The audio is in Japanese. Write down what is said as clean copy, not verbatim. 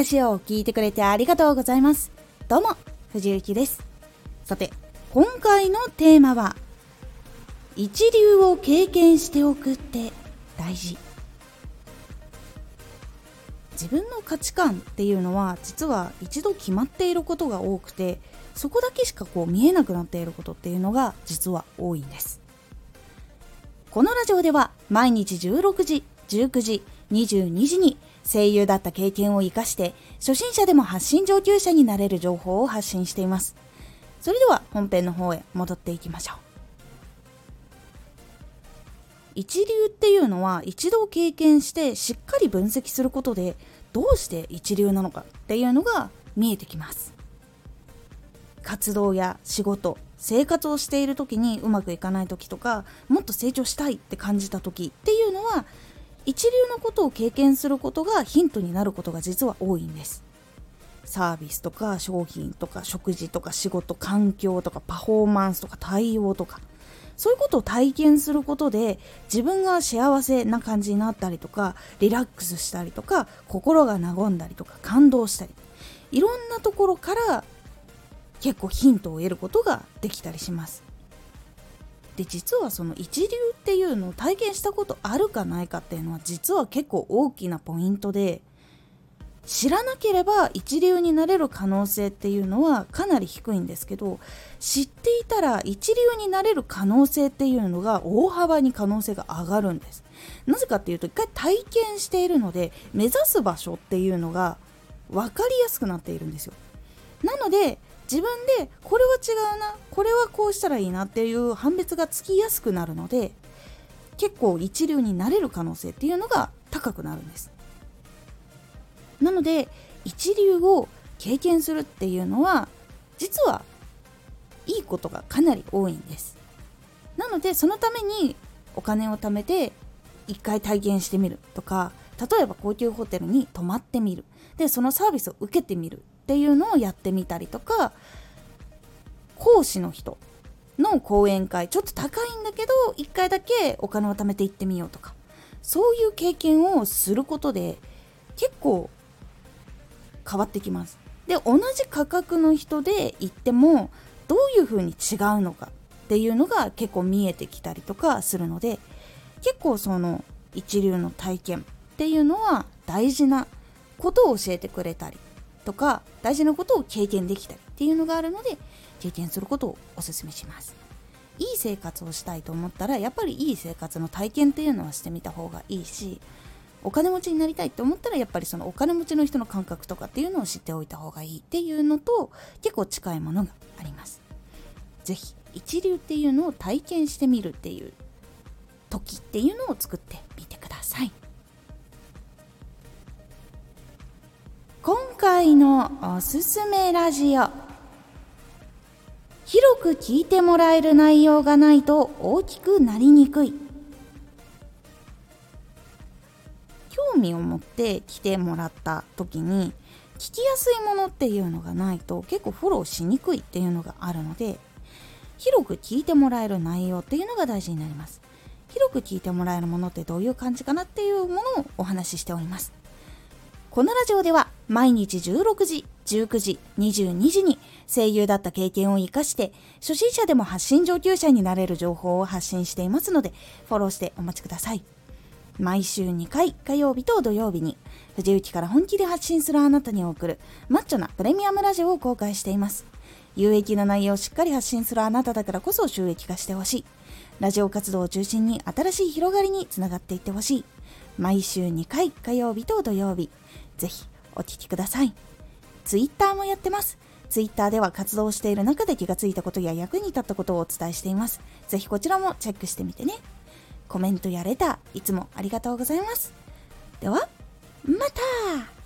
ラジオを聞いてくれてありがとうございます。どうも藤幸です。さて、今回のテーマは一流を経験しておくって大事。自分の価値観っていうのは実は一度決まっていることが多くて、そこだけしか見えなくなっていることっていうのが実は多いんです。このラジオでは毎日16時、19時、22時に声優だった経験を生かして初心者でも発信上級者になれる情報を発信しています。それでは本編の方へ戻っていきましょう。一流っていうのは一度経験してしっかり分析することでどうして一流なのかっていうのが見えてきます。活動や仕事、生活をしている時にうまくいかない時とか、もっと成長したいって感じた時っていうのは一流のことを経験することがヒントになることが実は多いんです。サービスとか商品とか食事とか仕事、環境とかパフォーマンスとか対応とか、そういうことを体験することで自分が幸せな感じになったりとか、リラックスしたりとか、心が和んだりとか、感動したり、いろんなところから結構ヒントを得ることができたりします。で、実はその一流っていうのを体験したことあるかないかっていうのは実は結構大きなポイントで、知らなければ一流になれる可能性っていうのはかなり低いんですけど、知っていたら一流になれる可能性っていうのが大幅に可能性が上がるんです。なぜかっていうと、一回体験しているので目指す場所っていうのが分かりやすくなっているんですよ。なので自分でこれは違うな、これはこうしたらいいなっていう判別がつきやすくなるので、結構一流になれる可能性っていうのが高くなるんです。なので一流を経験するっていうのは実はいいことがかなり多いんです。なのでそのためにお金を貯めて一回体験してみるとか、例えば高級ホテルに泊まってみる、でそのサービスを受けてみるっていうのをやってみたりとか、講師の人の講演会ちょっと高いんだけど一回だけお金を貯めて行ってみようとか、そういう経験をすることで結構変わってきます。で、同じ価格の人で行ってもどういう風に違うのかっていうのが結構見えてきたりとかするので、結構その一流の体験っていうのは大事なことを教えてくれたりとか、大事なことを経験できたりっていうのがあるので、経験することをお勧めします。いい生活をしたいと思ったらやっぱりいい生活の体験っていうのはしてみた方がいいし、お金持ちになりたいと思ったらやっぱりそのお金持ちの人の感覚とかっていうのを知っておいた方がいいっていうのと結構近いものがあります。ぜひ一流っていうのを体験してみるっていう時っていうのを作ってみてください。今回のおすすめラジオ、広く聞いてもらえる内容がないと大きくなりにくい。興味を持って来てもらった時に聞きやすいものっていうのがないと結構フォローしにくいっていうのがあるので、広く聞いてもらえる内容っていうのが大事になります。広く聞いてもらえるものってどういう感じかなっていうものをお話ししております。このラジオでは毎日16時、19時、22時に声優だった経験を生かして初心者でも発信上級者になれる情報を発信していますので、フォローしてお待ちください。毎週2回、火曜日と土曜日に藤雪から本気で発信するあなたに送るマッチョなプレミアムラジオを公開しています。有益な内容をしっかり発信するあなただからこそ収益化してほしい。ラジオ活動を中心に新しい広がりにつながっていってほしい。毎週2回、火曜日と土曜日、ぜひお聞きください。ツイッターもやってます。ツイッターでは活動している中で気がついたことや役に立ったことをお伝えしています。ぜひこちらもチェックしてみてね。コメントやレターいつもありがとうございます。ではまた。